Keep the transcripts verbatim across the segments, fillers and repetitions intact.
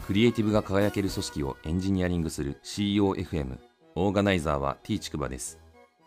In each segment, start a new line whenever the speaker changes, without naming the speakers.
クリエイティブが輝ける組織をエンジニアリングする シーイーオーエフエム。 オーガナイザーは T ちくばです。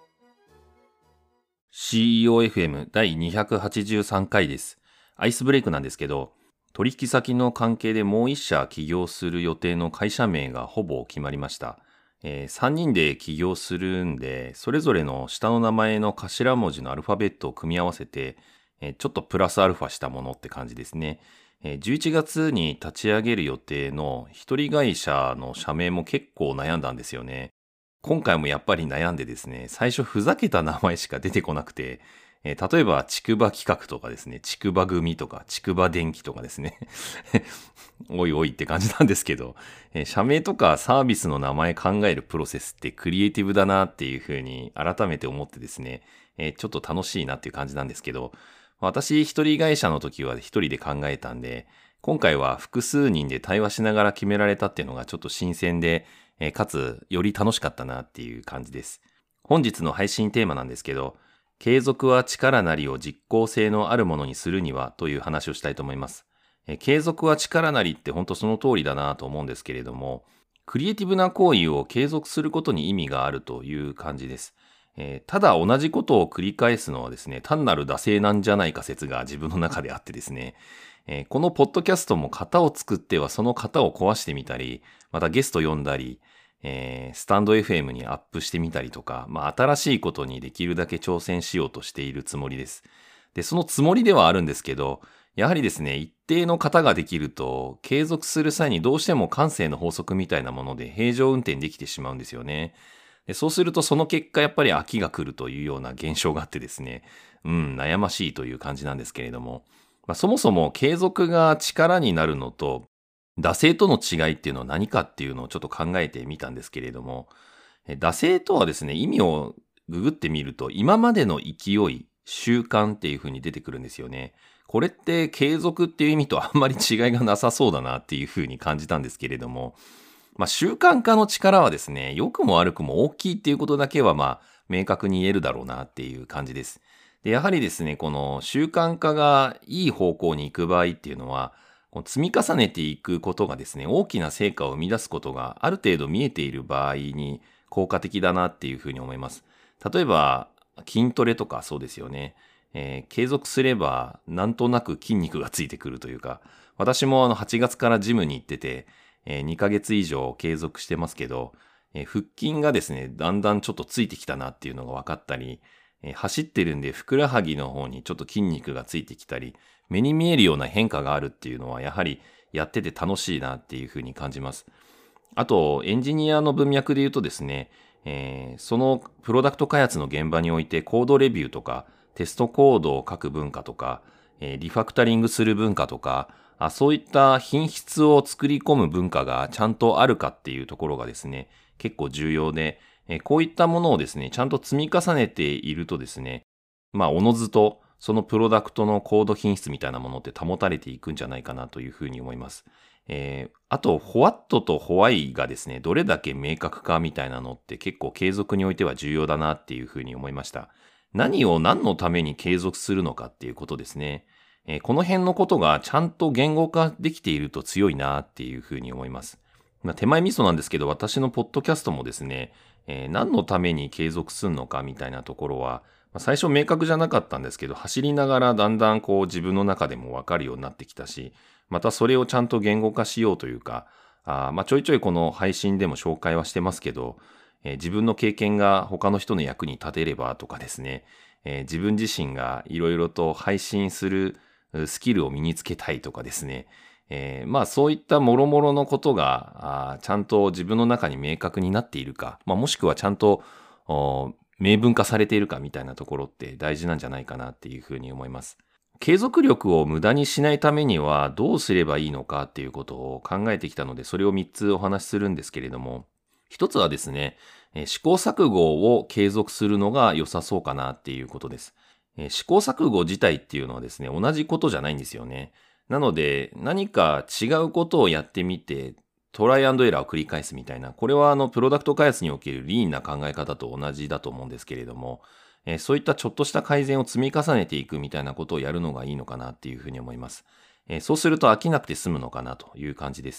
シーイーオーエフエム だいにひゃくはちじゅうさんかいです。アイスブレイクなんですけど、取引先の関係でもう一社起業する予定の会社名がほぼ決まりました。えー、さんにんで起業するんで、それぞれの下の名前の頭文字のアルファベットを組み合わせて、えーちょっとプラスアルファしたものって感じですね。えーじゅういちがつに立ち上げる予定の一人会社の社名も結構悩んだんですよね。今回もやっぱり悩んでですね、最初ふざけた名前しか出てこなくて、えー例えば、ちくば企画とかですね、ちくば組とか、ちくば電機とかですね。おいおいって感じなんですけど、えー社名とかサービスの名前考えるプロセスってクリエイティブだなっていうふうに改めて思ってですね、えーちょっと楽しいなっていう感じなんですけど、私一人会社の時は一人で考えたんで、今回は複数人で対話しながら決められたっていうのがちょっと新鮮で、えーかつより楽しかったなっていう感じです。本日の配信テーマなんですけど、継続は力なりを実効性のあるものにするにはという話をしたいと思います。えー継続は力なりって本当その通りだなと思うんですけれども、クリエイティブな行為を継続することに意味があるという感じです。えーただ同じことを繰り返すのはですね、単なる惰性なんじゃないか説が自分の中であってですね、えーこのポッドキャストも型を作ってはその型を壊してみたり、またゲスト呼んだり、えースタンド エフエム にアップしてみたりとか、まあ、新しいことにできるだけ挑戦しようとしているつもりです。で、そのつもりではあるんですけど、やはりですね、一定の型ができると、継続する際にどうしても感性の法則みたいなもので平常運転できてしまうんですよね。でそうするとその結果やっぱり飽きが来るというような現象があってですね、うん、悩ましいという感じなんですけれども、まあ、そもそも継続が力になるのと、惰性との違いっていうのは何かっていうのをちょっと考えてみたんですけれども、え惰性とはですね、意味をググってみると、今までの勢い、習慣っていう風に出てくるんですよね。これって継続っていう意味とあんまり違いがなさそうだなっていう風に感じたんですけれども、まあ、習慣化の力はですね、良くも悪くも大きいっていうことだけは、まあ、明確に言えるだろうなっていう感じです。で、やはりですね、この習慣化がいい方向に行く場合っていうのは、こう積み重ねていくことがですね、大きな成果を生み出すことがある程度見えている場合に効果的だなっていうふうに思います。例えば、筋トレとかそうですよね。えー継続すれば、なんとなく筋肉がついてくるというか、私もあのはちがつからジムに行ってて、えーにかげつ以上継続してますけど、えー腹筋がですね、だんだんちょっとついてきたなっていうのが分かったり、えー走ってるんでふくらはぎの方にちょっと筋肉がついてきたり、目に見えるような変化があるっていうのは、やはりやってて楽しいなっていうふうに感じます。あと、エンジニアの文脈で言うとですね、えーそのプロダクト開発の現場においてコードレビューとか、テストコードを書く文化とか、えーリファクタリングする文化とか、あそういった品質を作り込む文化がちゃんとあるかっていうところがですね、結構重要で、えーこういったものをですね、ちゃんと積み重ねているとですね、まあ、おのずとそのプロダクトのコード品質みたいなものって保たれていくんじゃないかなというふうに思います。えーあと、ホワットとホワイがですね、どれだけ明確かみたいなのって結構継続においては重要だなっていうふうに思いました。何を何のために継続するのかっていうことですね。えーこの辺のことがちゃんと言語化できていると強いなっていうふうに思います。まあ、手前味噌なんですけど、私のポッドキャストもですね、えー何のために継続するのかみたいなところは、まあ最初明確じゃなかったんですけど、走りながらだんだんこう自分の中でもわかるようになってきたし、またそれをちゃんと言語化しようというか、あーまあちょいちょいこの配信でも紹介はしてますけど、えー自分の経験が他の人の役に立てればとかですね、えー自分自身がいろいろと配信するうスキルを身につけたいとかですね、えーまあそういった諸々のことがあーちゃんと自分の中に明確になっているか、まあ、もしくはちゃんとお明文化されているかみたいなところって大事なんじゃないかなっていうふうに思います。継続力を無駄にしないためにはどうすればいいのかっていうことを考えてきたので、それをみっつお話しするんですけれども、一つはですね、えー試行錯誤を継続するのが良さそうかなっていうことです。えー試行錯誤自体っていうのはですね、同じことじゃないんですよね。なので、何か違うことをやってみて、トライアンドエラーを繰り返すみたいな、これはあの、プロダクト開発におけるリーンな考え方と同じだと思うんですけれども、えーそういったちょっとした改善を積み重ねていくみたいなことをやるのがいいのかなっていうふうに思います。えーそうすると飽きなくて済むのかなという感じです。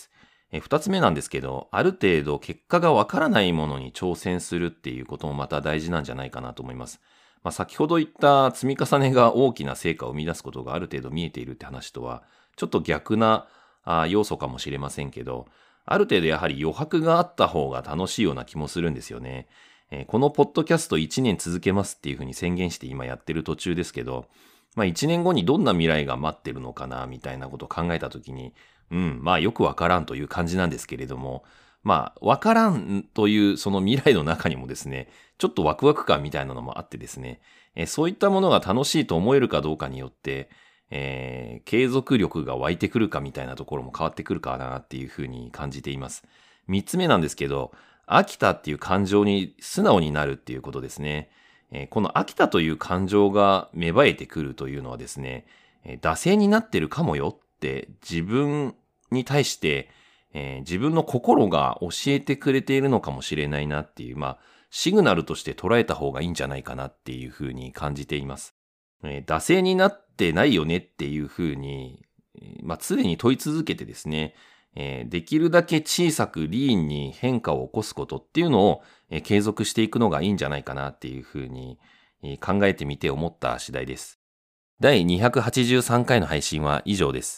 えー二つ目なんですけど、ある程度結果がわからないものに挑戦するっていうこともまた大事なんじゃないかなと思います。まあ、先ほど言った積み重ねが大きな成果を生み出すことがある程度見えているって話とは、ちょっと逆なあ要素かもしれませんけど、ある程度やはり余白があった方が楽しいような気もするんですよね。えーこのポッドキャストいちねん続けますっていうふうに宣言して今やってる途中ですけど、まあいちねんごにどんな未来が待ってるのかなみたいなことを考えたときに、うん、まあよくわからんという感じなんですけれども、まあわからんというその未来の中にもですね、ちょっとワクワク感みたいなのもあってですね、えーそういったものが楽しいと思えるかどうかによって、えー継続力が湧いてくるかみたいなところも変わってくるかなっていうふうに感じています。三つ目なんですけど、飽きたっていう感情に素直になるっていうことですね。えーこの飽きたという感情が芽生えてくるというのはですね、えー惰性になってるかもよって自分に対して、えー自分の心が教えてくれているのかもしれないなっていう、まあ、シグナルとして捉えた方がいいんじゃないかなっていうふうに感じています。えー惰性になってないよねっていうふうに、えーまあ、常に問い続けてですね、えーできるだけ小さくリーンに変化を起こすことっていうのを、えー継続していくのがいいんじゃないかなっていうふうに、えー考えてみて思った次第です。だいにひゃくはちじゅうさんかいの配信は以上です。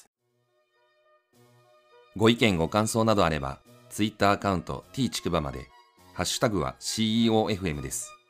ご意見ご感想などあれば、ツイッターアカウント t ちくばまで、ハッシュタグは シーイーオーエフエム です。